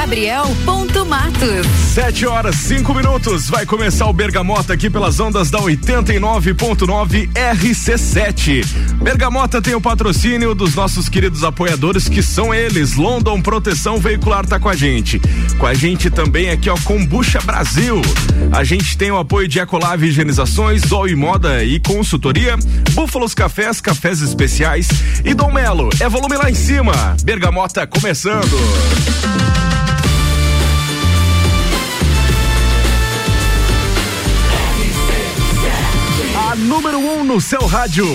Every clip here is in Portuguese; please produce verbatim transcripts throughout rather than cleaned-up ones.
Gabriel Ponto Matos. Sete horas, cinco minutos. Vai começar o Bergamota aqui pelas ondas da oitenta e nove ponto nove R C sete. Bergamota tem o patrocínio dos nossos queridos apoiadores, que são eles. London Proteção Veicular tá com a gente. Com a gente também aqui, ó, Kombucha Brasil. A gente tem o apoio de Ecolave Higienizações, Zoe Moda e Consultoria, Búfalos Cafés, Cafés Especiais e Dom Melo. É volume lá em cima. Bergamota começando. A número um no seu rádio.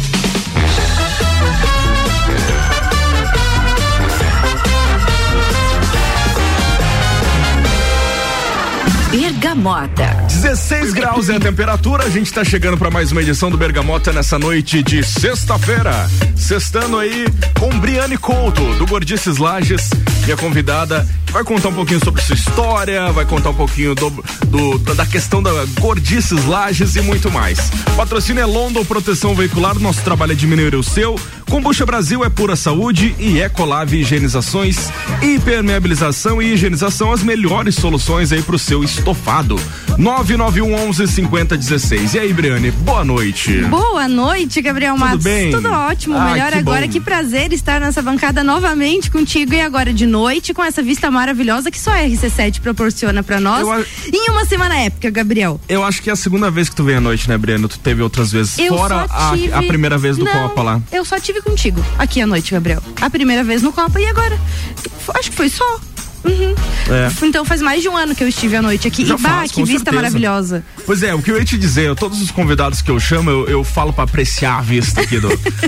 Bergamota. dezesseis graus é a temperatura. A gente tá chegando para mais uma edição do Bergamota nessa noite de sexta-feira. Sextando aí com Briane Couto, do Gordices Lages, minha convidada, que vai contar um pouquinho sobre sua história, vai contar um pouquinho do, do, da questão da Gordices Lages e muito mais. O patrocínio é London Proteção Veicular, nosso trabalho é diminuir o seu. Kombucha Brasil é pura saúde e Ecolave Higienizações, impermeabilização e higienização, as melhores soluções aí pro seu estofado. nove nove um onze cinquenta dezesseis. E aí, Briane, boa noite. Boa noite, Gabriel Matos. Tudo bem? Tudo ótimo, ah, melhor que agora. bom. Que prazer estar nessa bancada novamente contigo e agora de noite com essa vista maravilhosa que só a R C sete proporciona pra nós Eu a... em uma semana épica, Gabriel. Eu acho que é a segunda vez que tu vem à noite, né, Briane? Tu teve outras vezes, eu fora só tive... a, a primeira vez do Não, Copa lá. Eu só tive contigo aqui à noite, Gabriel. A primeira vez no Copa e agora? Acho que foi só. Uhum. É. Então faz mais de um ano que eu estive à noite aqui. Já e bah, faz, que com vista certeza. maravilhosa. Pois é, o que eu ia te dizer, eu, todos os convidados que eu chamo, eu, eu falo pra apreciar a vista aqui do,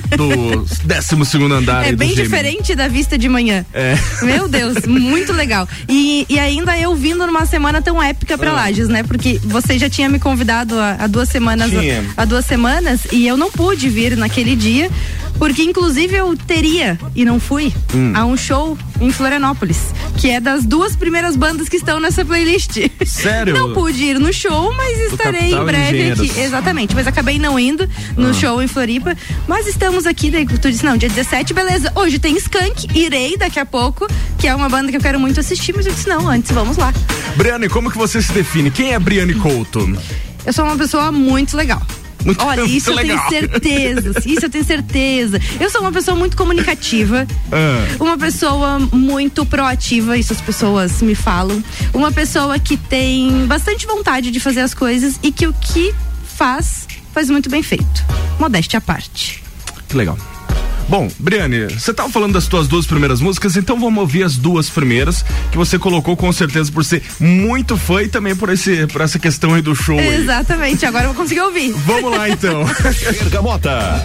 do décimo segundo andar. É bem do diferente da vista de manhã. É. Meu Deus, muito legal. E, e ainda eu vindo numa semana tão épica pra ah. Lages, né? Porque você já tinha me convidado há, há duas semanas. Tinha. Há duas semanas e eu não pude vir naquele dia. Porque inclusive eu teria, e não fui, hum. a um show em Florianópolis, que é das duas primeiras bandas que estão nessa playlist. Sério? Não pude ir no show, mas Do estarei Capital em breve Engenheiros. aqui. Exatamente, mas acabei não indo no ah. show em Floripa. Mas estamos aqui, daí tu disse, não, dia dezessete, beleza. Hoje tem Skank, irei daqui a pouco, que é uma banda que eu quero muito assistir, mas eu disse, não, antes vamos lá. Briane, como que você se define? Quem é Briane Couto? Eu sou uma pessoa muito legal. Muito, Olha, isso eu legal. tenho certeza, isso eu tenho certeza. Eu sou uma pessoa muito comunicativa, ah. uma pessoa muito proativa, isso as pessoas me falam. Uma pessoa que tem bastante vontade de fazer as coisas e que o que faz, faz muito bem feito. Modéstia à parte. Que legal. Bom, Briane, você tava falando das tuas duas primeiras músicas, então vamos ouvir as duas primeiras que você colocou com certeza por ser muito fã e também por, esse, por essa questão aí do show. Exatamente, aí. Agora eu vou conseguir ouvir. Vamos lá então. Bergamota.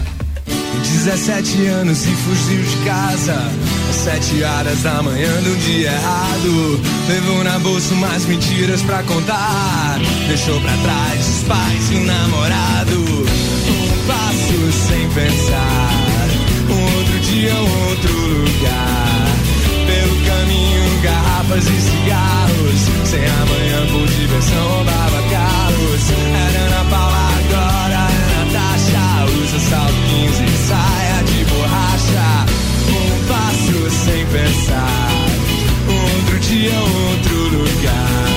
dezessete anos e fugiu de casa às sete horas da manhã do dia errado. Levou na bolsa umas mentiras pra contar. Deixou pra trás os pais e o namorado. Um passo sem pensar. Um outro dia, um outro lugar. Pelo caminho, garrafas e cigarros. Sem amanhã por diversão, roubava carros. Era Ana Paula, agora é Natasha. Usa salto quinze e saia de borracha. Um passo sem pensar. Um outro dia, um outro lugar.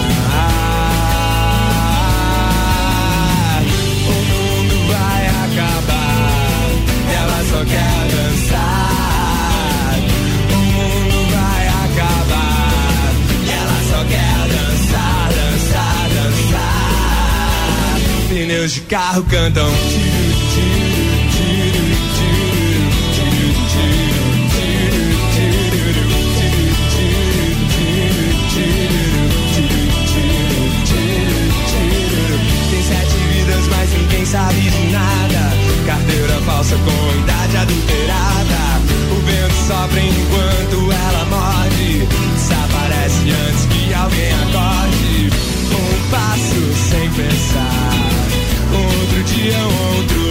O mundo vai acabar e ela só quer dançar. O mundo vai acabar e ela só quer dançar, dançar, dançar. Pneus de carro cantam. Tem sete vidas, mas ninguém sabe de nada. Carteira falsa com idade adulterada. O vento sopra enquanto ela morde. Desaparece antes que alguém acorde. Um passo sem pensar. Um outro dia, um outro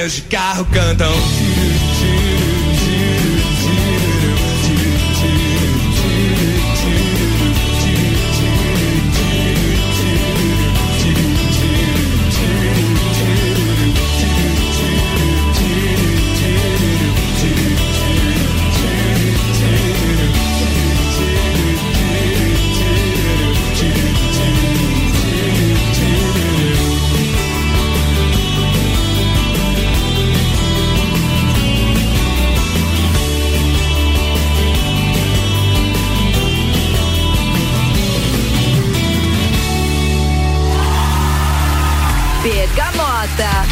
pneus de carro cantam. Bergamota.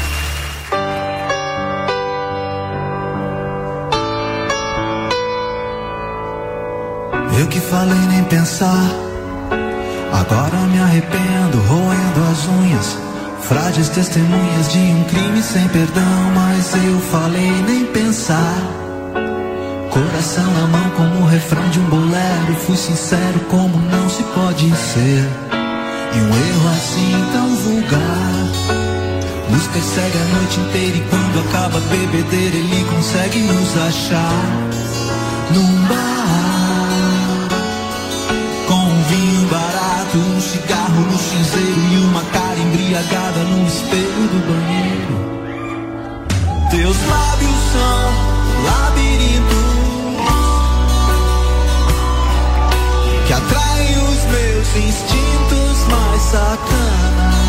Eu que falei nem pensar, agora me arrependo, roendo as unhas. Frágeis testemunhas de um crime sem perdão, mas eu falei nem pensar. Coração na mão como o refrão de um bolero, fui sincero como não se pode ser. E um erro assim tão vulgar nos persegue a noite inteira, e quando acaba a bebedeira ele consegue nos achar num bar, com um vinho barato, um cigarro no cinzeiro e uma cara embriagada no espelho do banheiro. Teus lábios são labirintos que atraem os meus instintos mais sacanas.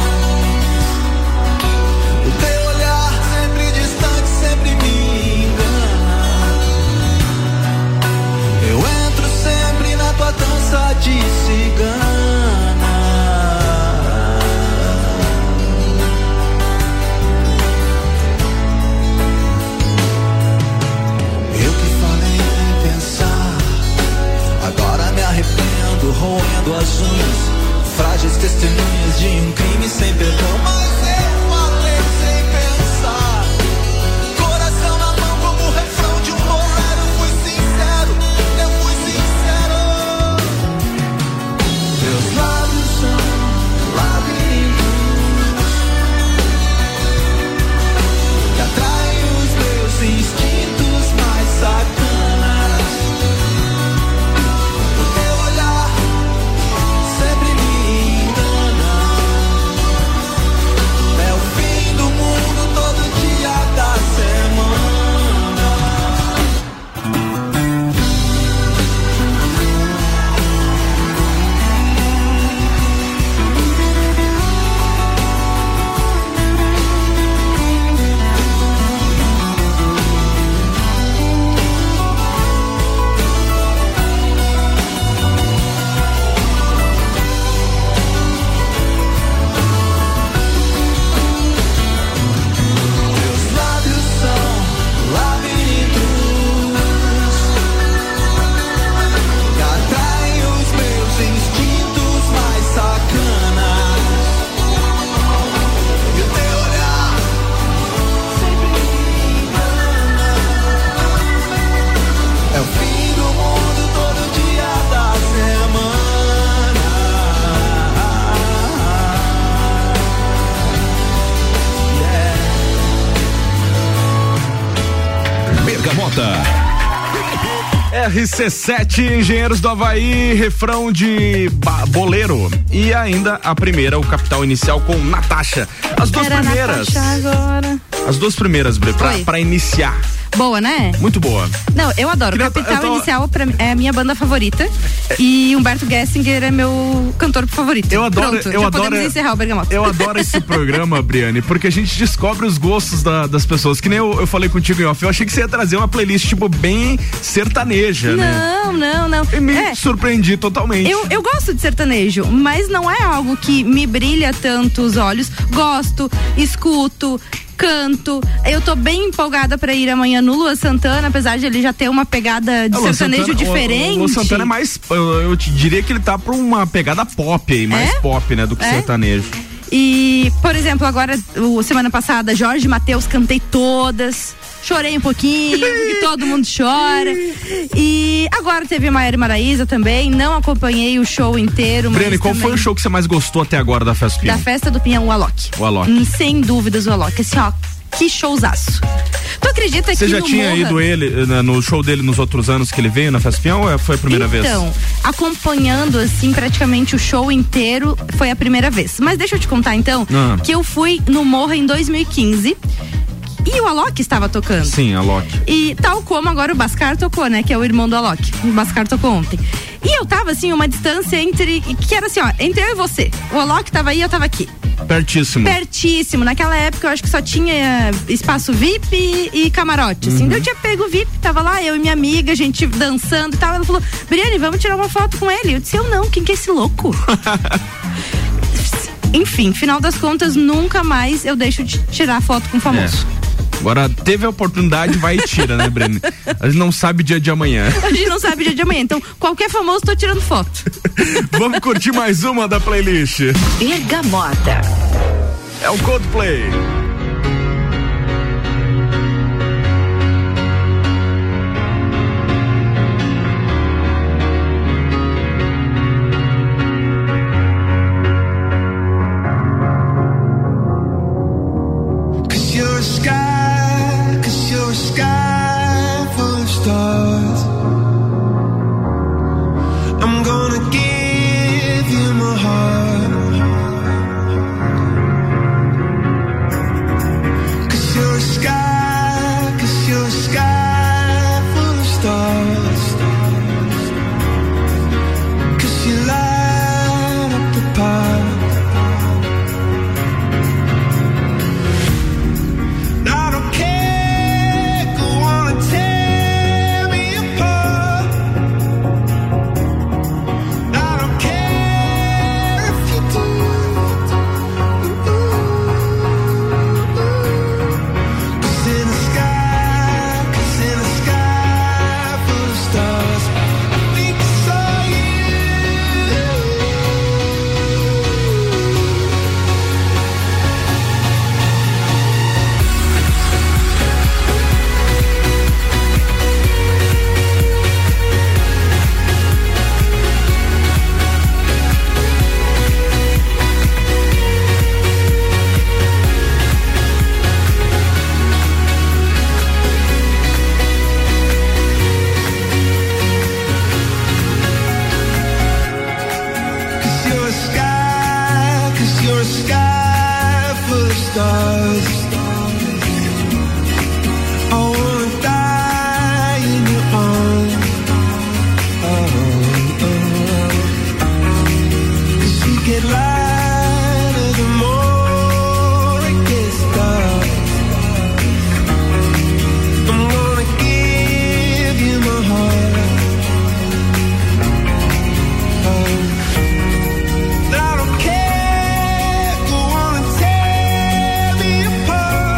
O teu olhar sempre distante sempre me engana. Eu entro sempre na tua dança de cigana. Eu que falei nem pensar, agora me arrependo, roendo as unhas. Frágeis testemunhas de um crime sem perdão, mas eu falei sem pensar. Coração na mão como o refrão de um bolero, fui sincero, eu fui sincero. Teus lábios são labirintos que atraem os meus instintos mais sacanas. O teu olhar sempre me R C sete, Engenheiros do Havaí, refrão de Bolero. E ainda a primeira, o Capital Inicial com Natasha. As duas Era primeiras. Agora. As duas primeiras, Bre, pra, pra iniciar. Boa, né? Muito boa. Não, eu adoro. Queria, Capital tô... Inicial pra, é a minha banda favorita. E Humberto Gessinger é meu cantor favorito. Eu adoro. Pronto, eu já adoro, podemos encerrar o Bergamota. Eu adoro esse programa, Briane, porque a gente descobre os gostos da, das pessoas. Que nem eu, eu falei contigo em off. Eu achei que você ia trazer uma playlist, tipo, bem sertaneja, não, né? Não, não, não. E me é. surpreendi totalmente. Eu, eu gosto de sertanejo, mas não é algo que me brilha tanto os olhos. Gosto, escuto, canto. Eu tô bem empolgada pra ir amanhã no Lua Santana, apesar de ele já ter uma pegada de ah, sertanejo Santana, diferente. O, o Lua Santana é mais, eu, eu te diria que ele tá pra uma pegada pop aí, mais é? pop, né, do que é? sertanejo. E, por exemplo, agora, o, semana passada, Jorge Mateus, cantei todas. Chorei um pouquinho, porque todo mundo chora. E agora teve Maiara e Maraísa também. Não acompanhei o show inteiro. Breno, qual também... foi o show que você mais gostou até agora da Festa do Pinhão? Da Festa do Pinhão, o Alok. O Alok. Hum, sem dúvidas, o Alok. Assim, ó, que showzaço. Tu acredita Você que já no tinha Morra... ido ele no show dele nos outros anos que ele veio na Festa Pinhão ou foi a primeira então, vez? Então, acompanhando assim praticamente o show inteiro foi a primeira vez. Mas deixa eu te contar então ah. que eu fui no Morra em dois mil e quinze e o Alok estava tocando. Sim, Alok. E tal como agora o Bascar tocou, né? Que é o irmão do Alok. O Bascar tocou ontem. E eu tava assim, uma distância entre, que era assim, ó, entre eu e você. O Alok tava aí, eu tava aqui. Pertíssimo. Pertíssimo. Naquela época eu acho que só tinha espaço V I P e camarote, assim. Uhum. Eu tinha pego o V I P, tava lá, eu e minha amiga, a gente dançando e tal. Ela falou, Briane, vamos tirar uma foto com ele. Eu disse, eu não, quem que é esse louco? Enfim, final das contas, nunca mais eu deixo de tirar foto com o famoso. É. Agora, teve a oportunidade, vai e tira, né, Breno? A gente não sabe o dia de amanhã. A gente não sabe o dia de amanhã. Então, qualquer famoso, tô tirando foto. Vamos curtir mais uma da playlist. Bergamota. É o Coldplay. Apart.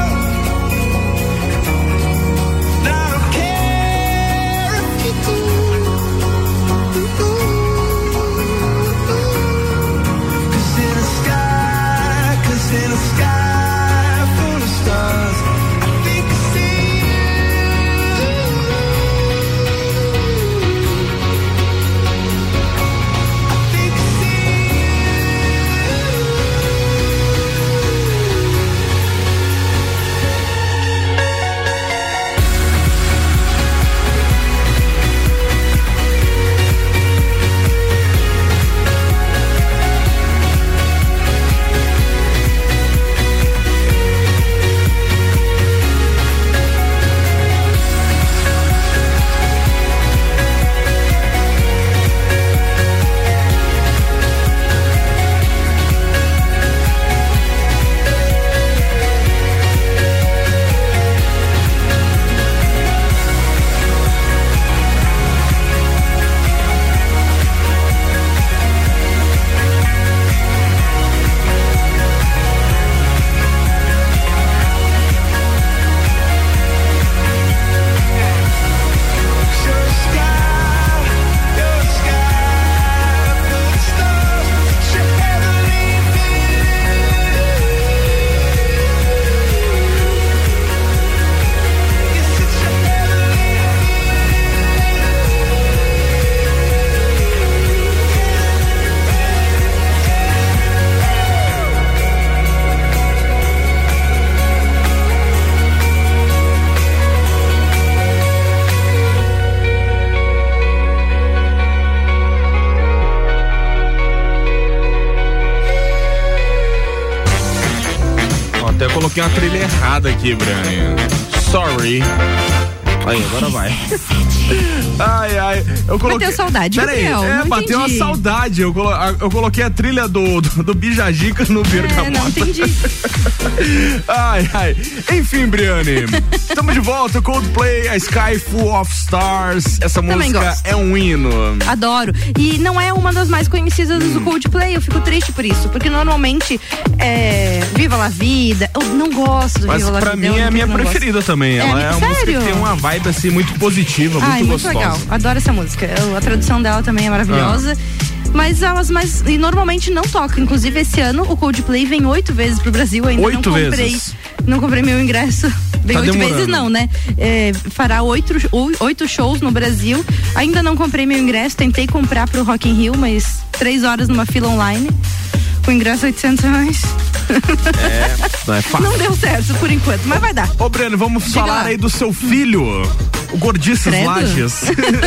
coloquei uma trilha errada aqui, Brian. Sorry. Aí, agora vai. Ai, ai. Eu coloquei... Bateu saudade, Peraí, Gabriel, é, não bateu entendi. uma saudade. Eu, colo... eu coloquei a trilha do, do, do Bijagica no Bergamota. É, não entendi. Ai, ai. Enfim, Briane, estamos de volta. Coldplay, a Sky Full of Stars. Essa Também música gosto. é um hino. Adoro. E não é uma das mais conhecidas Hum. do Coldplay. Eu fico triste por isso. Porque normalmente é Viva la Vida. Eu não gosto do Mas Viva la Vida. pra mim eu é a minha não gosto. preferida também. É, Ela é uma sério? música que tem uma vibe assim muito positiva, muito Ai, muito gostosa. legal. Adoro essa música. Eu- a tradução dela também é maravilhosa. Mas elas mais. E normalmente não toca. Inclusive, esse ano o Coldplay vem oito vezes pro Brasil. Ainda Oito não comprei. vezes? Não comprei meu ingresso. Vem Tá oito demorando. vezes, não, né? É, fará oito, oito shows no Brasil. Ainda não comprei meu ingresso. Tentei comprar pro Rock in Rio, mas três horas numa fila online. Com ingresso oitocentos reais. Não é fácil. Não deu certo por enquanto, mas vai dar. Ô, Breno, vamos Diga falar lá. aí do seu filho, o Gordices Credo. Lages.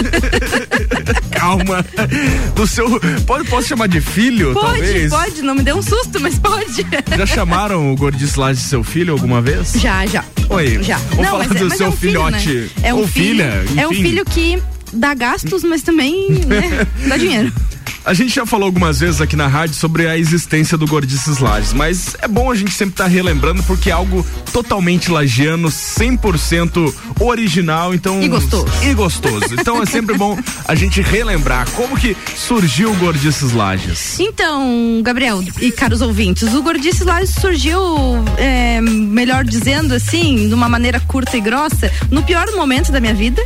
Calma. Do seu. Pode, posso chamar de filho, Pode, talvez? pode. Não me deu um susto, mas pode. Já chamaram o Gordices Lages de seu filho alguma vez? Já, já. Oi. Já. Vamos falar mas, do mas seu é um filho, filhote. né? É um ou filho, filha, enfim. É um filho que dá gastos, mas também né, dá dinheiro. A gente já falou algumas vezes aqui na rádio sobre a existência do Gordices Lages, mas é bom a gente sempre estar relembrando porque é algo totalmente lagiano, cem por cento original, então... E gostoso. E gostoso. Então é sempre bom a gente relembrar como que surgiu o Gordices Lages. Então, Gabriel e caros ouvintes, o Gordices Lages surgiu, é, melhor dizendo assim, de uma maneira curta e grossa, no pior momento da minha vida.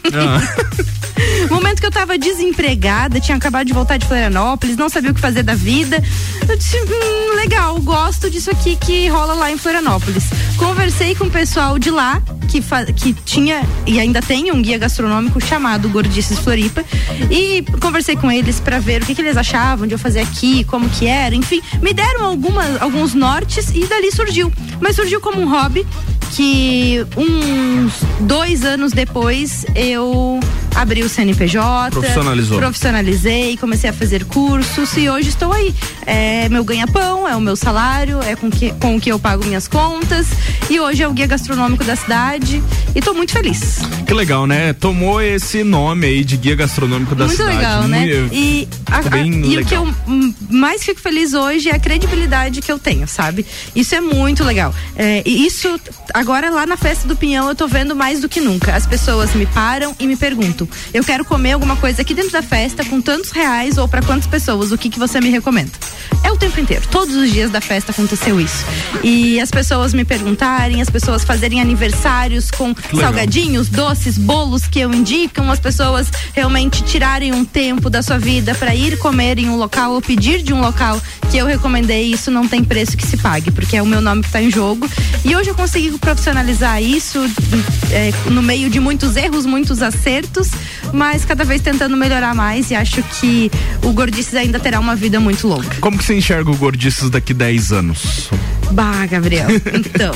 Ah. Momento que eu tava desempregada, tinha acabado de voltar de Florianópolis, não sabia o que fazer da vida. Eu disse, hum, legal, gosto disso aqui que rola lá em Florianópolis. Conversei com o pessoal de lá, que, fa- que tinha e ainda tem um guia gastronômico chamado Gordices Floripa, e conversei com eles pra ver o que, que eles achavam de eu fazer aqui, como que era, enfim, me deram algumas, alguns nortes e dali surgiu. Mas surgiu como um hobby que uns dois anos depois eu abri o C N P J, Profissionalizou. profissionalizei, comecei a fazer cursos e hoje estou aí. É meu ganha-pão, é o meu salário, é com, que, com o que eu pago minhas contas e hoje é o guia gastronômico da cidade e estou muito feliz. Que legal, né? Tomou esse nome aí de guia gastronômico da Muito cidade. legal, né? Muito- E, a- a- bem e o legal. que eu hum, mais fico feliz hoje é a credibilidade que eu tenho, sabe? Isso é muito legal. É, e isso, agora lá na Festa do Pinhão, eu tô vendo mais do que nunca. As pessoas me param e me perguntam: eu quero comer alguma coisa aqui dentro da festa com tantos reais ou para quantas pessoas, o que que você me recomenda? É o tempo inteiro, todos os dias da festa aconteceu isso. E as pessoas me perguntarem, as pessoas fazerem aniversários com legal. salgadinhos, doces, bolos que eu indicam, as pessoas realmente tirarem um tempo da sua vida para ir comer em um local ou pedir de um local que eu recomendei. Isso não tem preço que se pague, porque é o meu nome que está em jogo. E hoje eu consegui profissionalizar isso é, no meio de muitos erros, muitos acertos, mas cada vez tentando melhorar mais, e acho que o Gordices ainda terá uma vida muito longa. Como que você enxerga o Gordices daqui dez anos? Bah, Gabriel, então.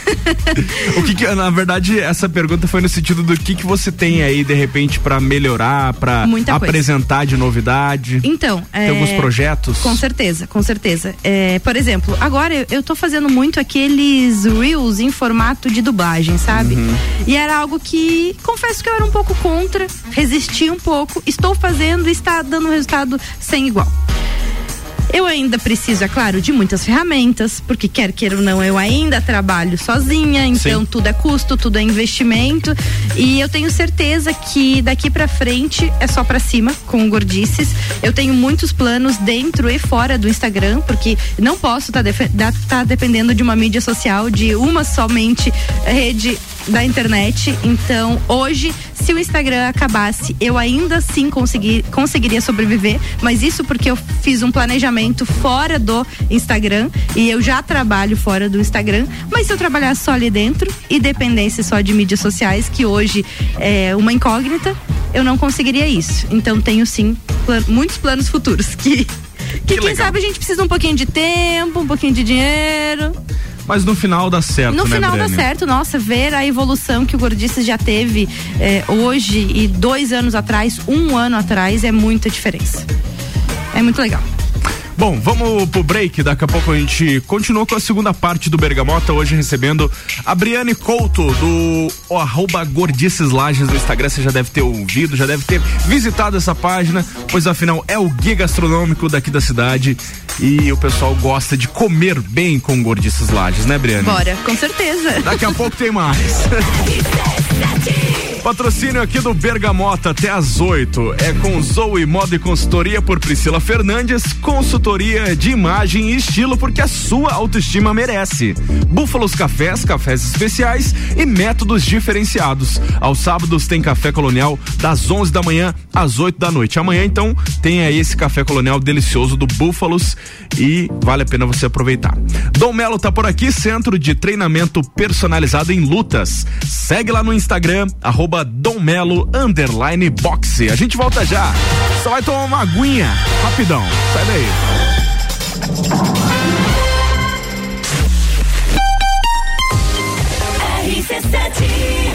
O que, que na verdade essa pergunta foi no sentido do que que você tem aí de repente pra melhorar, pra Muita coisa. apresentar de novidade? Então, Tem é, alguns projetos? Com certeza, com certeza. É, por exemplo, agora eu, eu tô fazendo muito aqueles reels em formato de dublagem, sabe? Uhum. E era algo que, confesso que eu era um pouco contra, resisti um pouco, estou fazendo e está dando um resultado sem igual. Eu ainda preciso, é claro, de muitas ferramentas, porque quer queira ou não, eu ainda trabalho sozinha, então Sim. tudo é custo, tudo é investimento, e eu tenho certeza que daqui pra frente é só pra cima com o Gordices. Eu tenho muitos planos dentro e fora do Instagram, porque não posso estar tá tá dependendo de uma mídia social, de uma somente rede da internet. Então, hoje, se o Instagram acabasse, eu ainda assim consegui, conseguiria sobreviver, mas isso porque eu fiz um planejamento fora do Instagram e eu já trabalho fora do Instagram. Mas se eu trabalhasse só ali dentro e dependesse só de mídias sociais, que hoje é uma incógnita, eu não conseguiria isso. Então, tenho sim plan- muitos planos futuros que, que, Que quem legal. sabe a gente precisa um pouquinho de tempo, um pouquinho de dinheiro. Mas no final dá certo, No né, final dá Breno? certo, nossa, ver a evolução que o Gordices já teve é, hoje e dois anos atrás, um ano atrás, é muita diferença. É muito legal. Bom, vamos pro break, daqui a pouco a gente continua com a segunda parte do Bergamota, hoje recebendo a Briane Couto do o, arroba Gordices Lages no Instagram. Você já deve ter ouvido, já deve ter visitado essa página, pois afinal é o guia gastronômico daqui da cidade e o pessoal gosta de comer bem com Gordices Lages, né, Briane? Bora, com certeza. Daqui a pouco tem mais. Patrocínio aqui do Bergamota até às oito é com Zoe Moda e Consultoria por Priscila Fernandes, consultoria de imagem e estilo porque a sua autoestima merece. Búfalos Cafés, cafés especiais e métodos diferenciados. Aos sábados tem café colonial das onze da manhã às oito da noite. Amanhã então tem aí esse café colonial delicioso do Búfalos e vale a pena você aproveitar. Dom Melo tá por aqui, centro de treinamento personalizado em lutas. Segue lá no Instagram, arroba Dom Melo underline boxe. A gente volta já. Só vai tomar uma aguinha rapidão. Sai daí. R C sete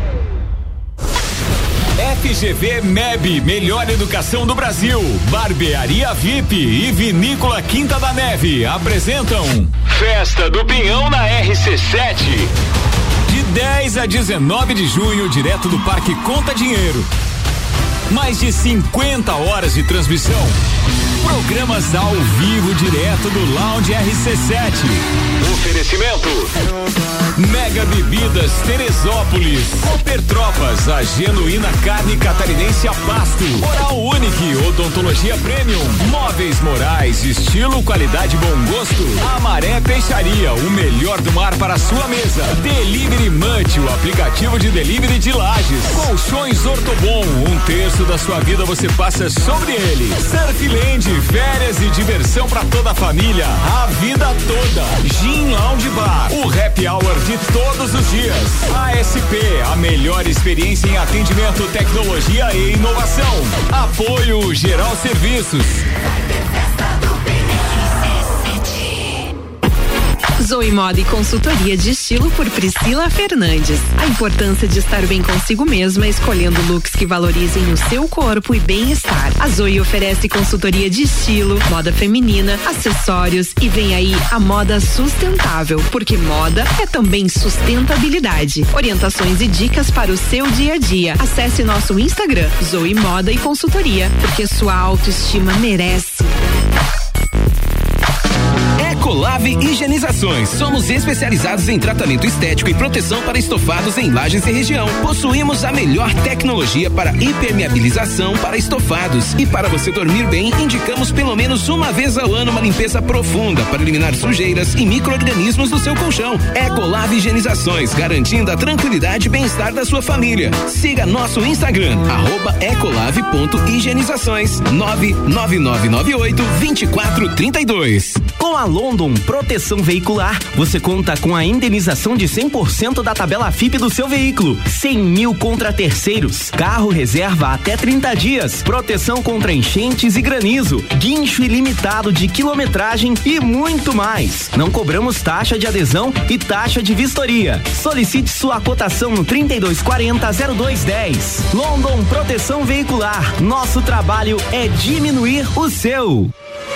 F G V M E B, melhor educação do Brasil. Barbearia V I P e Vinícola Quinta da Neve apresentam Festa do Pinhão na R C sete. De dez a dezenove de junho, direto do Parque Conta Dinheiro. Mais de cinquenta horas de transmissão. Programas ao vivo direto do Lounge R C sete. Oferecimento Mega Bebidas Teresópolis, Cooper Tropas, a genuína carne catarinense a pasto. Oral Unique, odontologia premium. Móveis Morais, estilo, qualidade, bom gosto. Amaré Peixaria, o melhor do mar para a sua mesa. Delivery Munch, o aplicativo de delivery de Lages. Colchões Ortobon, um terço da sua vida você passa sobre ele. Surfland, férias e diversão para toda a família, a vida toda. Gin Lounge Bar, o happy hour de todos os dias. A S P, a melhor experiência em atendimento, tecnologia e inovação. Apoio Geral Serviços. Zoe Moda e Consultoria de Estilo por Priscila Fernandes. A importância de estar bem consigo mesma, escolhendo looks que valorizem o seu corpo e bem-estar. A Zoe oferece consultoria de estilo, moda feminina, acessórios e vem aí a moda sustentável, porque moda é também sustentabilidade. Orientações e dicas para o seu dia a dia. Acesse nosso Instagram, Zoe Moda e Consultoria, porque sua autoestima merece. Ecolave Higienizações. Somos especializados em tratamento estético e proteção para estofados em Lages e região. Possuímos a melhor tecnologia para impermeabilização para estofados. E para você dormir bem, indicamos pelo menos uma vez ao ano uma limpeza profunda para eliminar sujeiras e micro-organismos do seu colchão. Ecolave Higienizações, garantindo a tranquilidade e bem-estar da sua família. Siga nosso Instagram, arroba ecolave ponto higienizações, nove nove nove nove oito, dois quatro três dois. Com a London Proteção Veicular, você conta com a indenização de cem por cento da tabela F I P do seu veículo, cem mil contra terceiros, carro reserva até trinta dias, proteção contra enchentes e granizo, guincho ilimitado de quilometragem e muito mais. Não cobramos taxa de adesão e taxa de vistoria. Solicite sua cotação no trinta e dois quarenta, zero dois dez. London Proteção Veicular, nosso trabalho é diminuir o seu.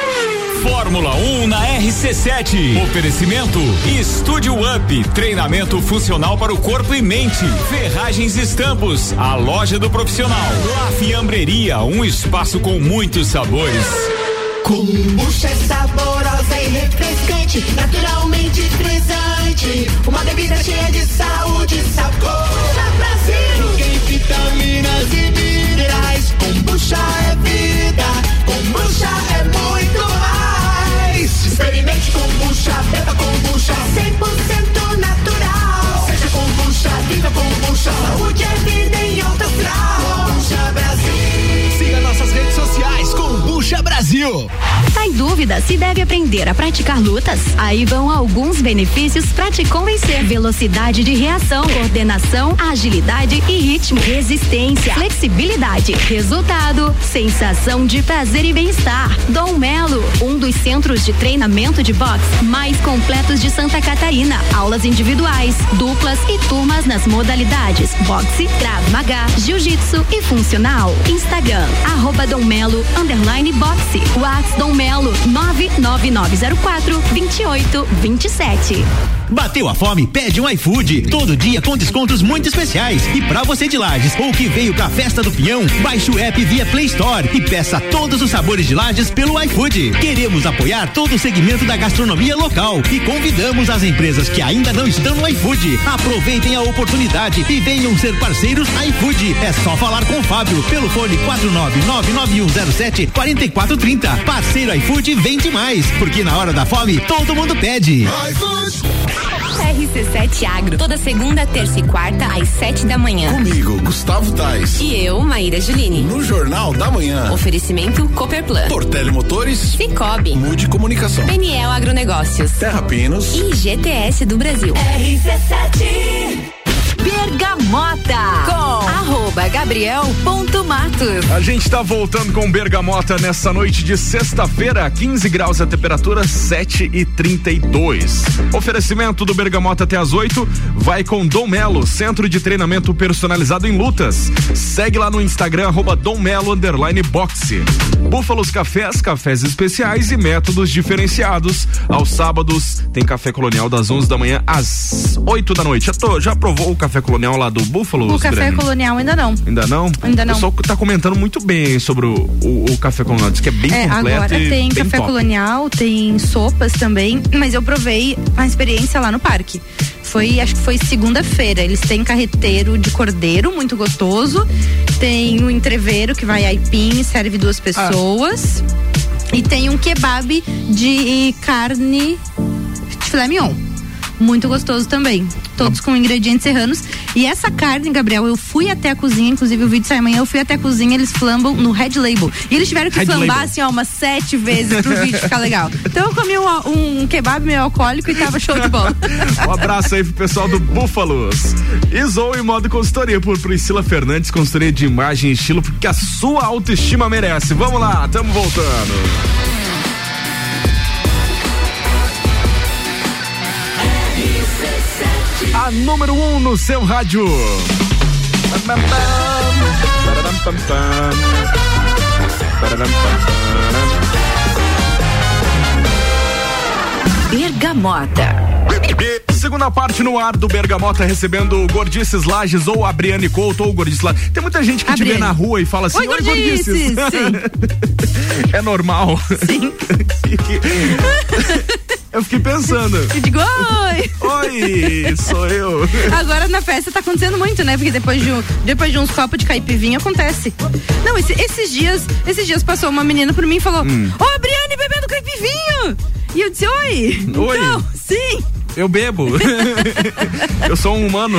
Fórmula um na R C sete. Oferecimento Estúdio Up, treinamento funcional para o corpo e mente. Ferragens e Estampos, a loja do profissional. La Fiambreria, um espaço com muitos sabores. Kombucha é saborosa e refrescante, naturalmente frisante. Uma bebida cheia de saúde e sabor. Brasil tem vitaminas e minerais. Kombucha é vida, kombucha é muito mais. Experimente kombucha, beba kombucha, cem por cento natural. Seja kombucha, viva kombucha, saúde é vida em alto grau. Kombucha Brasil. Siga nossas redes sociais, Kombucha Brasil. Tá em dúvida se deve aprender a praticar lutas? Aí vão alguns benefícios pra te convencer: velocidade de reação, coordenação, agilidade e ritmo, resistência, flexibilidade, resultado, sensação de prazer e bem-estar. Dom Melo, um dos centros de treinamento de boxe mais completos de Santa Catarina. Aulas individuais, duplas e turmas nas modalidades boxe, Krav Maga, jiu-jitsu e funcional. Instagram, arroba Dom Melo, underline boxe. Whats Dom Melo Paulo, nove nove nove zero quatro, dois oito dois sete. Bateu a fome? Pede um iFood. Todo dia com descontos muito especiais. E pra você de Lages ou que veio pra Festa do Pinhão, baixe o app via Play Store e peça todos os sabores de Lages pelo iFood. Queremos apoiar todo o segmento da gastronomia local e convidamos as empresas que ainda não estão no iFood. Aproveitem a oportunidade e venham ser parceiros iFood. É só falar com o Fábio pelo fone quatro nove nove nove um zero sete quatro quatro três zero. Parceiro iFood vende mais, porque na hora da fome todo mundo pede. iFood. R C sete Agro, toda segunda, terça e quarta, às sete da manhã. Comigo, Gustavo Tais. E eu, Maíra Juline. No Jornal da Manhã. Oferecimento Cooperplan. Portele Motores. Cicobi. Mude Comunicação. P N L Agronegócios. Terra Pinos. E G T S do Brasil. R C sete. Bergamota com arroba Gabriel ponto Matos. A gente tá voltando com Bergamota nessa noite de sexta-feira, quinze graus a temperatura, sete e trinta e dois. Oferecimento do Bergamota até as oito, vai com Dom Melo, centro de treinamento personalizado em lutas. Segue lá no Instagram, arroba Dom Melo, underline boxe. Búfalos Cafés, cafés especiais e métodos diferenciados. Aos sábados tem café colonial das onze da manhã às oito da noite. Já, tô, já provou o café colonial lá do Búfalo? O café Breno? colonial ainda não. Ainda não? Ainda não. O pessoal tá comentando muito bem sobre o, o, o café colonial, diz que é bem é, completo. Agora e tem bem café top. colonial, tem sopas também, mas eu provei a experiência lá no parque. Foi, acho que foi segunda-feira. Eles têm carreteiro de cordeiro, muito gostoso. Tem um entreveiro que vai aipim, serve duas pessoas. Ah. E tem um kebab de carne de filé mignon. Muito gostoso também. Todos com ingredientes serranos. E essa carne, Gabriel, eu fui até a cozinha, inclusive o vídeo sai amanhã, eu fui até a cozinha, eles flambam no Red Label. E eles tiveram que Red flambar Label. assim, ó, umas sete vezes pro vídeo ficar legal. Então eu comi um, um kebab meio alcoólico e tava show de bola. Um abraço aí pro pessoal do Búfalos. E Zoe Modo Consultoria por Priscila Fernandes, consultoria de imagem e estilo, porque a sua autoestima merece. Vamos lá, tamo voltando. A número um no seu rádio. Bergamota. Segunda parte no ar do Bergamota, recebendo Gordices Lages ou a Briane Couto ou Gordices Lages. Tem muita gente que a te Briane. vê na rua e fala assim: Oi, Oi Gordices. Sim. É normal. Sim. Eu fiquei pensando. Eu digo, oi! Oi, sou eu. Agora na festa tá acontecendo muito, né? Porque depois de, depois de uns copos de caipivinha acontece. Não, esse, esses dias, esses dias passou uma menina por mim e falou: Ô, hum. oh, Briane bebendo caipivinho! E eu disse, oi! Oi! Então, sim! Eu bebo. Eu sou um humano.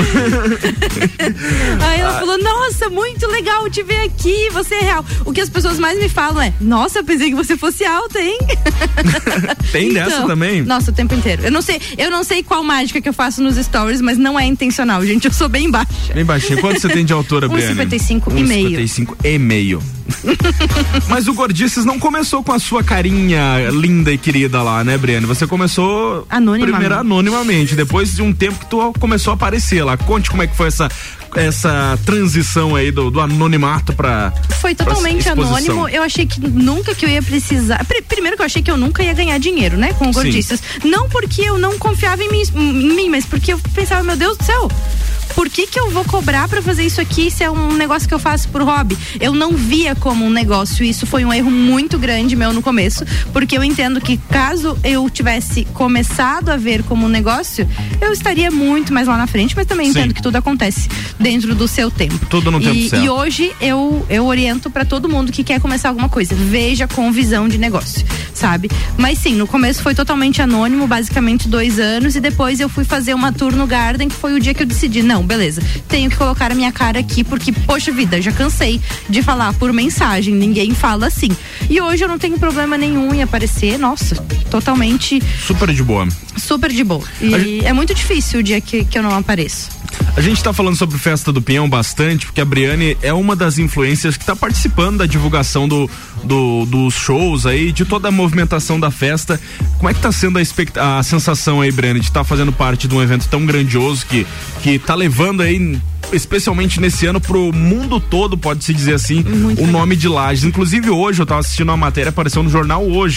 Aí ela ah. falou, nossa, muito legal te ver aqui, você é real. O que as pessoas mais me falam é, nossa, eu pensei que você fosse alta, hein? Tem então, dessa também? Nossa, o tempo inteiro. Eu não sei, eu não sei qual mágica que eu faço nos stories, mas não é intencional, gente, eu sou bem baixa. Bem baixinha. Quanto você tem de altura, Briane? um e cinquenta e cinco e meio. um e cinquenta e cinco e meio. Mas o Gordices não começou com a sua carinha linda e querida lá, né, Briane? Você começou anonimamente. Primeiro anonimamente, depois de um tempo que tu começou a aparecer lá. Conte como é que foi essa, essa transição aí do, do anonimato pra Foi totalmente pra anônimo. Eu achei que nunca que eu ia precisar. Primeiro que eu achei que eu nunca ia ganhar dinheiro, né, com o Gordices. Não porque eu não confiava em mim, em mim, mas porque eu pensava, meu Deus do céu, por que que eu vou cobrar pra fazer isso aqui se é um negócio que eu faço por hobby? Eu não via como um negócio, isso foi um erro muito grande meu no começo, porque eu entendo que caso eu tivesse começado a ver como um negócio, eu estaria muito mais lá na frente, mas também Sim. entendo que tudo acontece dentro do seu tempo. Tudo no e, tempo certo. E hoje eu, eu oriento pra todo mundo que quer começar alguma coisa, veja com visão de negócio, sabe? Mas sim, no começo foi totalmente anônimo, basicamente dois anos, e depois eu fui fazer uma tour no Garden, que foi o dia que eu decidi, não, beleza, tenho que colocar a minha cara aqui, porque, poxa vida, já cansei de falar por mensagem, ninguém fala assim. E hoje eu não tenho problema nenhum em aparecer, nossa, totalmente... Super de boa. Super de boa. E gente... é muito difícil o dia que, que eu não apareço. A gente tá falando sobre Festa do Pinhão bastante, porque a Briane é uma das influências que tá participando da divulgação do, do, dos shows aí, de toda a movimentação da festa. Como é que tá sendo a, expect... a sensação aí, Briane, de estar tá fazendo parte de um evento tão grandioso que, que tá levando aí, especialmente nesse ano, pro mundo todo, pode-se dizer assim, muito o legal. Nome de Lages. Inclusive hoje eu tava assistindo uma matéria, apareceu no jornal hoje,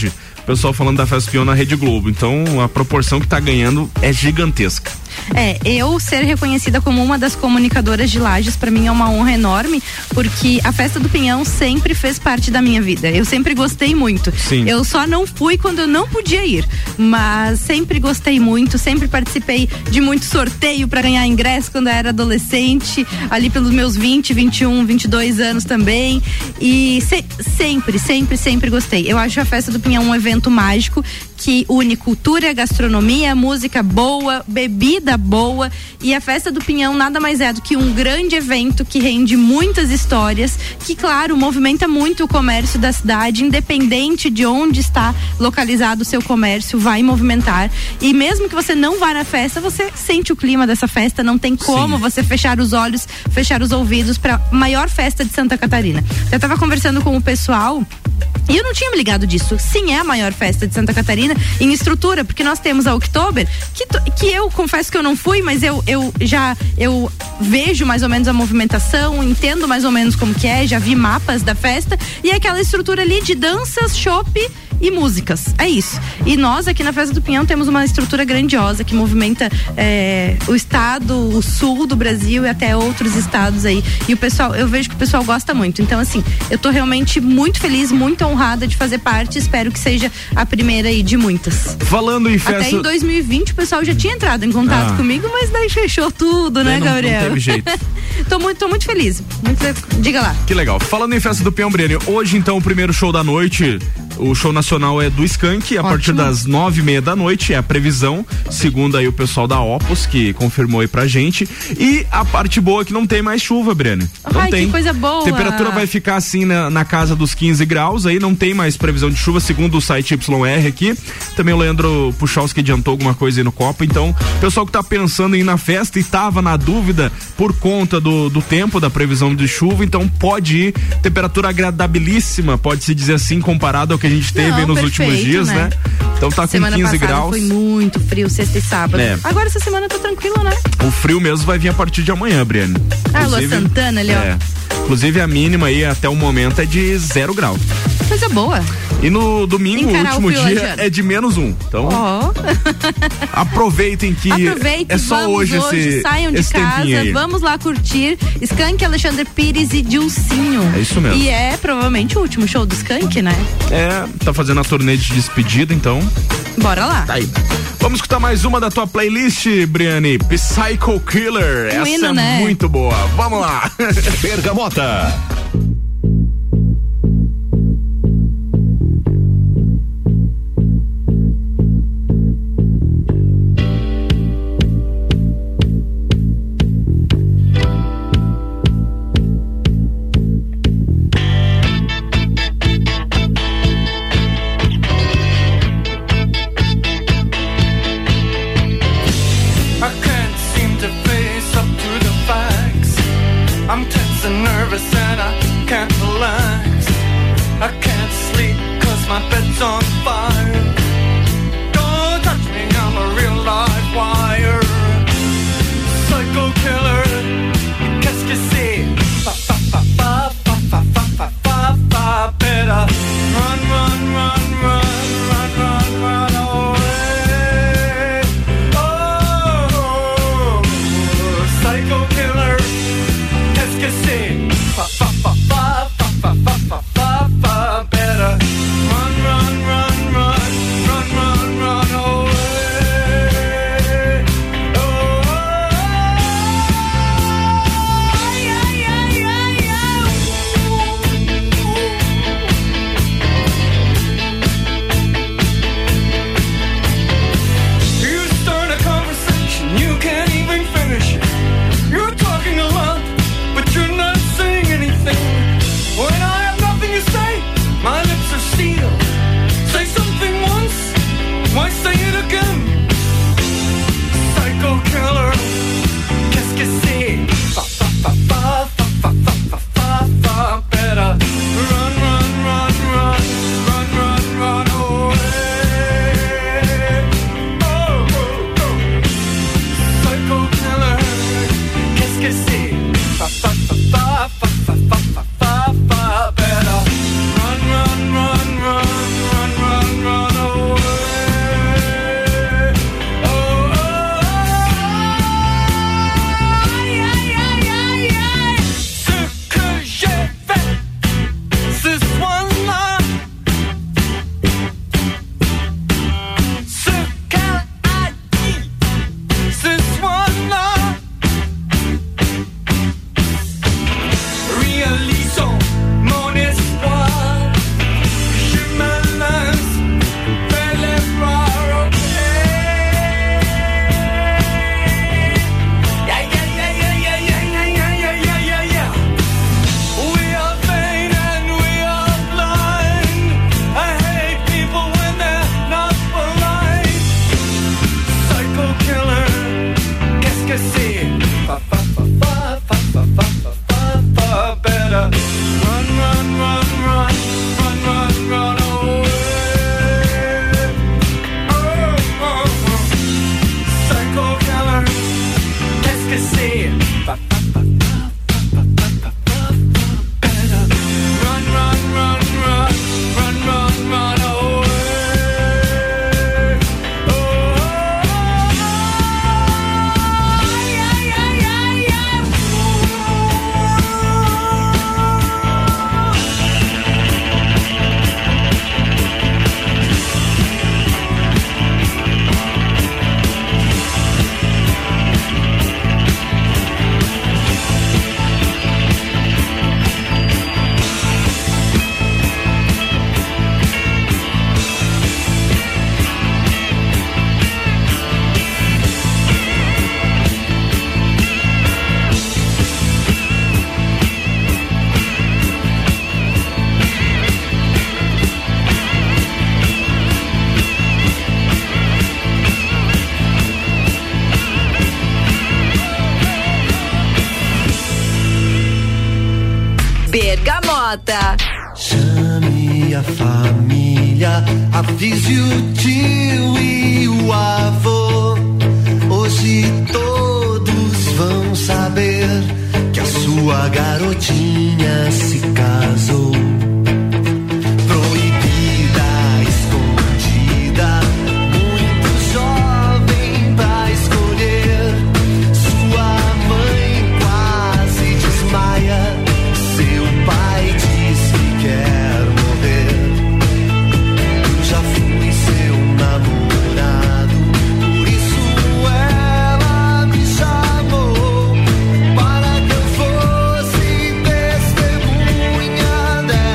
o pessoal falando da Festa do Pinhão na Rede Globo. Então a proporção que tá ganhando é gigantesca. É, eu ser reconhecida como uma das comunicadoras de Lages, pra mim é uma honra enorme, porque a Festa do Pinhão sempre fez parte da minha vida. Eu sempre gostei muito. Sim. Eu só não fui quando eu não podia ir, mas sempre gostei muito, sempre participei de muito sorteio pra ganhar ingresso quando eu era adolescente, ali pelos meus vinte, vinte e um, vinte e dois anos também. E se, sempre, sempre, sempre gostei. Eu acho a Festa do Pinhão um evento mágico que une cultura, gastronomia, música boa, bebida boa, e a Festa do Pinhão nada mais é do que um grande evento que rende muitas histórias, que claro, movimenta muito o comércio da cidade, independente de onde está localizado o seu comércio, vai movimentar, e mesmo que você não vá na festa, você sente o clima dessa festa, não tem como Sim. você fechar os olhos, fechar os ouvidos para a maior festa de Santa Catarina. Eu estava conversando com o pessoal e eu não tinha me ligado disso. Sim, é a maior festa de Santa Catarina em estrutura, porque nós temos a Oktober, que, que eu confesso que eu não fui, mas eu, eu já eu vejo mais ou menos a movimentação, entendo mais ou menos como que é, já vi mapas da festa, e é aquela estrutura ali de danças, chopp e músicas, é isso. E nós aqui na Festa do Pinhão temos uma estrutura grandiosa que movimenta é, o estado, o sul do Brasil e até outros estados aí. E o pessoal, eu vejo que o pessoal gosta muito. Então, assim, eu tô realmente muito feliz, muito honrada de fazer parte. Espero que seja a primeira aí de muitas. Falando em festa... Até em dois mil e vinte o pessoal já tinha entrado em contato ah. comigo, mas daí fechou tudo, né, não, Gabriel? Não teve jeito. tô, muito, tô muito feliz. Muito, diga lá. Que legal. Falando em Festa do Pinhão, Briane, hoje então o primeiro show da noite, o show nacional é do Skank, a Ótimo. partir das nove e meia da noite, é a previsão, segundo aí o pessoal da Opus, que confirmou aí pra gente. E a parte boa é que não tem mais chuva, Briane. Não Ai, tem. Que coisa boa. Temperatura vai ficar assim na, na casa dos quinze graus, aí não tem mais previsão de chuva, segundo o site Y R aqui. Também o Leandro Puchalski adiantou alguma coisa aí no copo, então o pessoal que tá pensando em ir na festa e tava na dúvida por conta do, do tempo, da previsão de chuva, então pode ir, temperatura agradabilíssima, pode-se dizer assim, comparado ao que a gente teve não, nos perfeito, últimos dias, né? né? Então tá semana com quinze graus. Foi muito frio, sexta e sábado. É. Agora essa semana tá tranquilo, né? O frio mesmo vai vir a partir de amanhã, Briane. Ah, Lua Santana ali, é. ó. Inclusive a mínima aí até o momento é de zero grau. Coisa boa. E no domingo, Encarar o último o dia, é de menos um. Então, oh. aproveitem que Aproveitem, é só hoje, hoje esse saiam de esse casa, vamos lá curtir Skank, Alexandre Pires e Dilcinho. É isso mesmo. E é provavelmente o último show do Skank, né? É, tá fazendo a turnê de despedida, então. Bora lá. Tá aí. Vamos escutar mais uma da tua playlist, Briane. Psycho Killer. Um Essa hino, é né? muito boa. Vamos lá. Bergamota. I'm tense and nervous and I can't relax. I can't sleep cause my bed's on fire. Don't touch me, I'm a real live wire. Psycho killer, qu'est-ce que c'est? Fa fa fa fa fa fa fa fa fa fa. Better run, run, run, run, run, run, run away. Oh, psycho killer. Qu'est-ce que c'est? Fa, fa, fa, see. Fa fa fa fa fa fa fa fa fa better run, run, run, run, run, run, run away. Oh, oh, oh. Psycho killer, qu'est-ce que c'est? Fa fa fa fa fa fa fa fa better run, run, run, run, run, run, run away. Bergamota. Chame a família, avise o tio e o avô. Hoje todos vão saber que a sua garotinha se casou. Proibida, escondida, muito jovem pra escolher. Sua mãe quase desmaia. Seu pai diz que quer morrer. Eu já fui seu namorado, por isso ela me chamou para que eu fosse testemunha dela.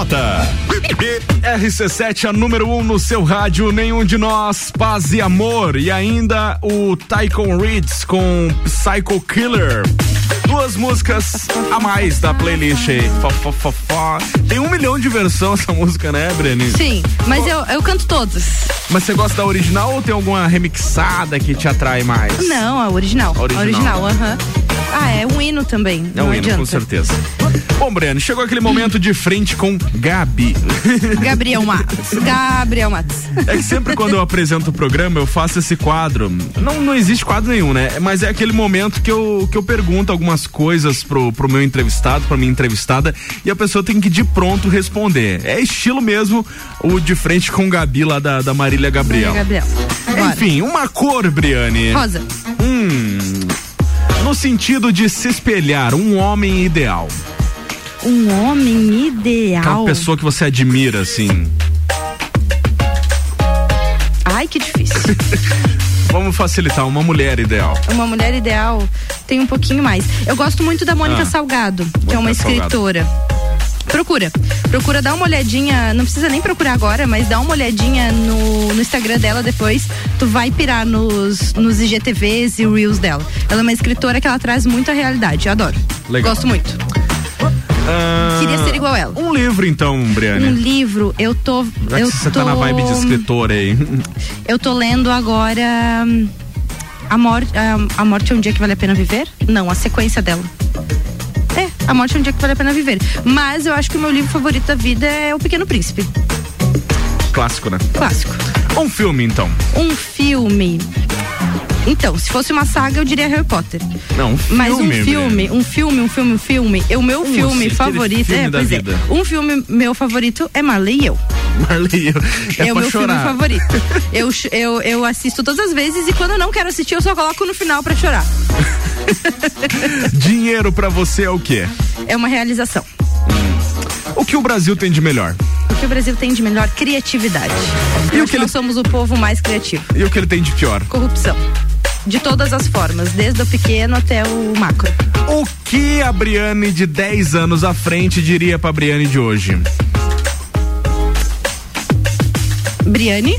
Bergamota. R C sete, a número um no seu rádio, Nenhum de Nós, Paz e Amor. E ainda o Tycoon Reeds com Psycho Killer. Duas músicas a mais da playlist aí. Fó, fó, fó, fó. Tem um milhão de versões essa música, né, Breni? Sim, mas eu, eu canto todas. Mas você gosta da original ou tem alguma remixada que te atrai mais? Não, a original. A original, aham. Uhum. Ah, é um hino também. É um hino, adianta. com certeza. Bom, Breno, chegou aquele momento de frente com Gabi. Gabriel Matos. Gabriel Matos. É que sempre quando eu apresento o programa, eu faço esse quadro. Não, não existe quadro nenhum, né? Mas é aquele momento que eu, que eu pergunto algumas coisas pro, pro meu entrevistado, pra minha entrevistada, e a pessoa tem que de pronto responder. É estilo mesmo o de frente com Gabi lá da, da Marília Gabriel. Marília Gabriel. Enfim, uma cor, Briane. Rosa. Hum. No sentido de se espelhar, um homem ideal. Um homem ideal. Aquela pessoa que você admira, assim. Ai, que difícil. Vamos facilitar, uma mulher ideal. Uma mulher ideal tem um pouquinho mais. Eu gosto muito da Mônica ah, Salgado, que Mônica é uma escritora. Salgado. Procura, procura dar uma olhadinha, não precisa nem procurar agora, mas dá uma olhadinha no, no Instagram dela depois, tu vai pirar nos, nos I G T Vs e Reels dela. Ela é uma escritora que ela traz muita realidade, eu adoro. Legal. Gosto muito. Ah, Queria ser igual ela. Um livro então, Briane. Um livro, eu tô... Já eu que você tô, tá na vibe de escritora aí. Eu tô lendo agora a morte, a, a morte é um dia que vale a pena viver? Não, a sequência dela. É, A Morte é um Dia que Vale a Pena Viver. Mas eu acho que o meu livro favorito da vida é O Pequeno Príncipe. Clássico, né? Clássico. Um filme, então. Um filme. Então, se fosse uma saga, eu diria Harry Potter. Não, um filme. Mas um filme, um filme, um filme, um filme. O meu um, filme favorito. Filme é, da pois vida. é. Um filme meu favorito é Marley e Eu. Marley e Eu. É, é o meu chorar. filme favorito. eu, eu, eu assisto todas as vezes e quando eu não quero assistir, eu só coloco no final pra chorar. Dinheiro pra você é o quê? É uma realização. O que o Brasil tem de melhor? O que o Brasil tem de melhor? Criatividade. E o que nós ele... somos o povo mais criativo. E o que ele tem de pior? Corrupção. De todas as formas, desde o pequeno até o macro. O que a Briane de dez anos à frente diria pra Briane de hoje? Briane,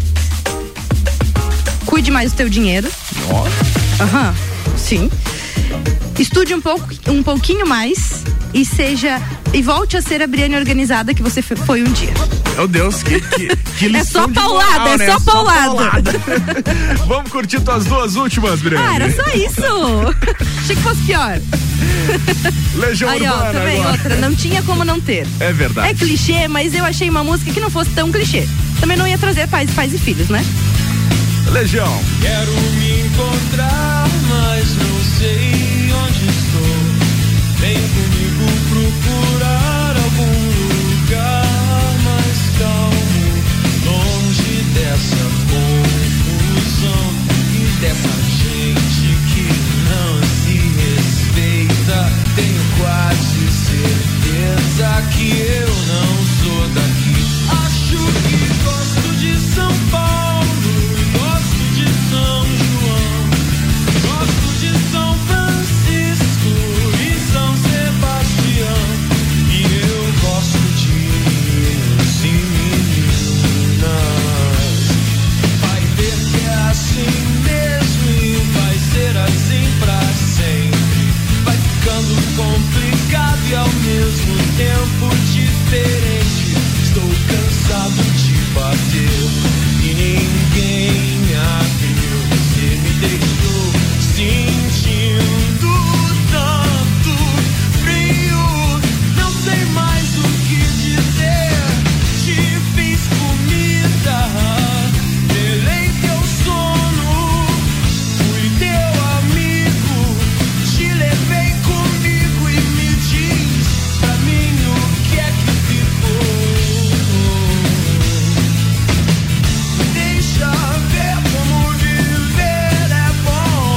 cuide mais do teu dinheiro. Ó. Aham, sim. Estude um pouco, um pouquinho mais e seja e volte a ser a Briane organizada que você foi um dia. Meu Deus, que, que, que lição é só de paulada, moral, é né? só paulada. Só paulada. Vamos curtir tuas duas últimas, Briane. Ah, era só isso. Achei que fosse pior. Legião Aí, Urbana ó, também agora. outra, não tinha como não ter. É verdade. É clichê, mas eu achei uma música que não fosse tão clichê. Também não ia trazer pais, pais e filhos, né? Legião. Quero me encontrar, mas não sei onde estou. Vem comigo procurar algum lugar mais calmo, longe dessa confusão e dessa gente que não se respeita. Tenho quase certeza que eu não sou daqui. Acho que gosto de São Paulo, gosto de São João, gosto de São Francisco e São Sebastião. E eu gosto de meninos e meninas. Vai ver que é assim mesmo e vai ser assim pra sempre. Vai ficando complicado e ao mesmo tempo diferente. Estou cansado de bater e ninguém abriu. Você me deixou sentindo tanto frio. Não sei mais o que dizer. Te fiz comida, delei teu sono, fui teu amigo, te levei comigo e me diz pra mim o que é que ficou. Deixa ver como viver é bom.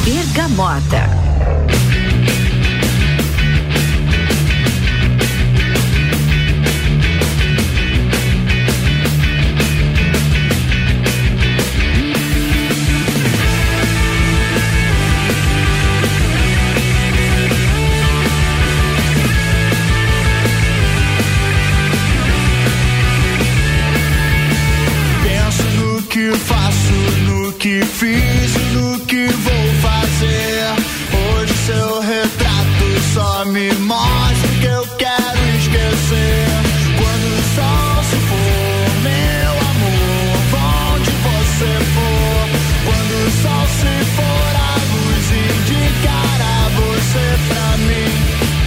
Bergamota. Que faço, no que fiz e no que vou fazer. Hoje seu retrato só me mostra o que eu quero esquecer. Quando o sol se for, meu amor, onde você for. Quando o sol se for, a luz indicará você pra mim.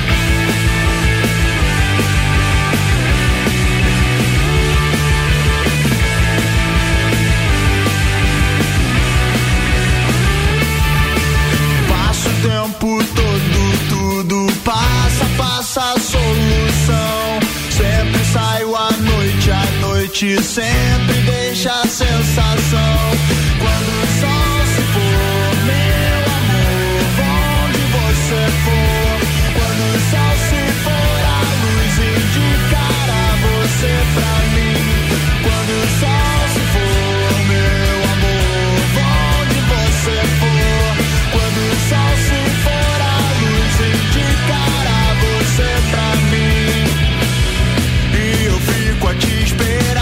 Tempo todo, tudo passa, passa a solução. Sempre saio à noite, à noite sempre deixa a sensação. Quando o sol se for, meu amor, onde você for. Quando o sol se for, a luz indicará você pra mim. Quando o sol se for, meu amor, onde você for. Quando o sol se for, a luz indicará você pra mim. E eu fico a te esperar.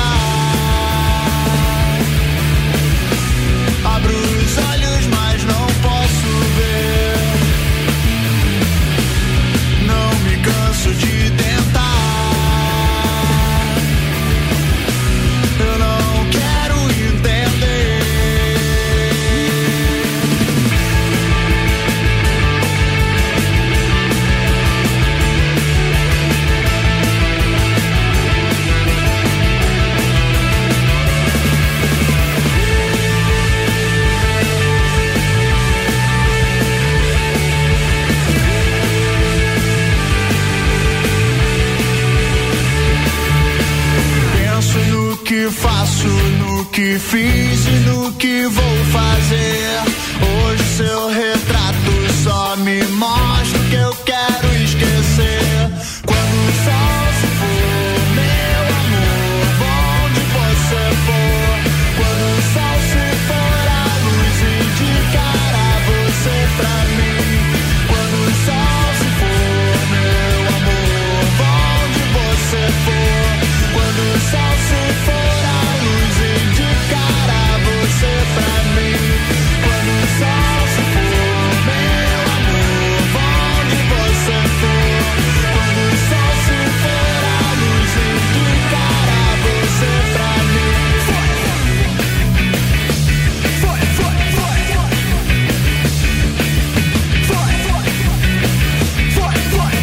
Abro os olhos, mas não posso ver. Não me canso de tentar. Eu não quero entender. Que faço, no que fiz e no que vou fazer. Hoje seu retrato só me mostra o que eu quero esquecer. Quando o sol se for, meu amor, onde você for. Quando o sol se for, a luz indicará você pra mim. Quando o sol se for, meu amor, onde você for. Quando o sol se for, pra mim, quando o sol se for, meu amor, onde você for. Quando o sol se for, a luz indicará você pra mim. Foi, foi, foi, foi, foi, foi, foi,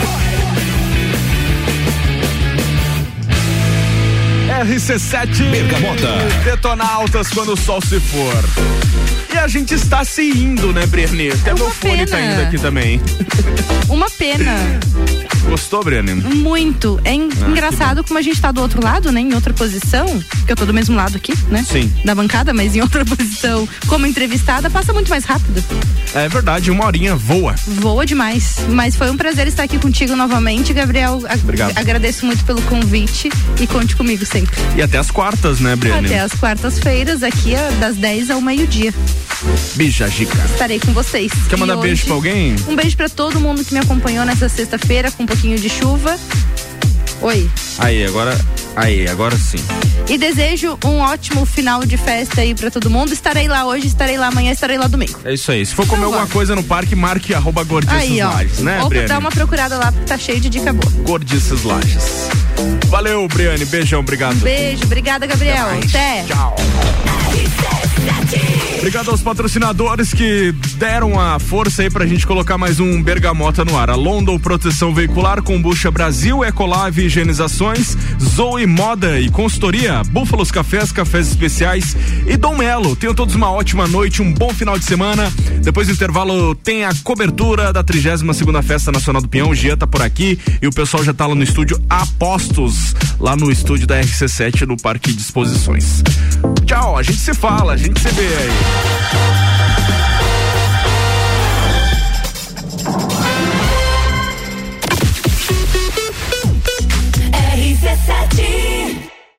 foi. R C sete Bergamota. Detonautas quando o sol se for. E a gente está se indo, né, Briane? Até é meu fone pena. tá indo aqui também. Uma pena. Gostou, Briane? Muito. É en- ah, engraçado como a gente tá do outro lado, né? Em outra posição. Porque eu tô do mesmo lado aqui, né? Sim. Da bancada, mas em outra posição. Como entrevistada, passa muito mais rápido. É verdade, uma horinha voa. Voa demais. Mas foi um prazer estar aqui contigo novamente, Gabriel. Obrigado. Agradeço muito pelo convite e conte comigo sempre. E até as quartas, né, Briane? Até as quartas-feiras, aqui das dez ao meio-dia. Bija Gica. Estarei com vocês. Quer mandar hoje, beijo pra alguém? Um beijo pra todo mundo que me acompanhou nessa sexta-feira com um pouquinho de chuva. Oi. Aí, agora, aí, agora sim. E desejo um ótimo final de festa aí pra todo mundo. Estarei lá hoje, estarei lá amanhã, estarei lá domingo. É isso aí. Se for comer então, alguma coisa no parque, marque arroba Gordices aí, ó. Lages, né, Ou Briane? dá uma procurada lá, porque tá cheio de dica boa. Gordices Lages. Valeu, Briane. Beijão, obrigado. Um beijo, obrigada, Gabriel. Até. Até. Tchau. Obrigado aos patrocinadores que deram a força aí pra gente colocar mais um Bergamota no ar. A London Proteção Veicular, Combucha Brasil, Ecolave Higienizações, Zoe Moda e Consultoria, Búfalos Cafés, Cafés Especiais e Dom Melo. Tenham todos uma ótima noite, um bom final de semana. Depois do intervalo tem a cobertura da trigésima segunda Festa Nacional do Pinhão. O Gia tá por aqui e o pessoal já tá lá no estúdio Apostos, lá no estúdio da R C sete no Parque de Exposições. Tchau, a gente se fala, a gente se vê aí. sete.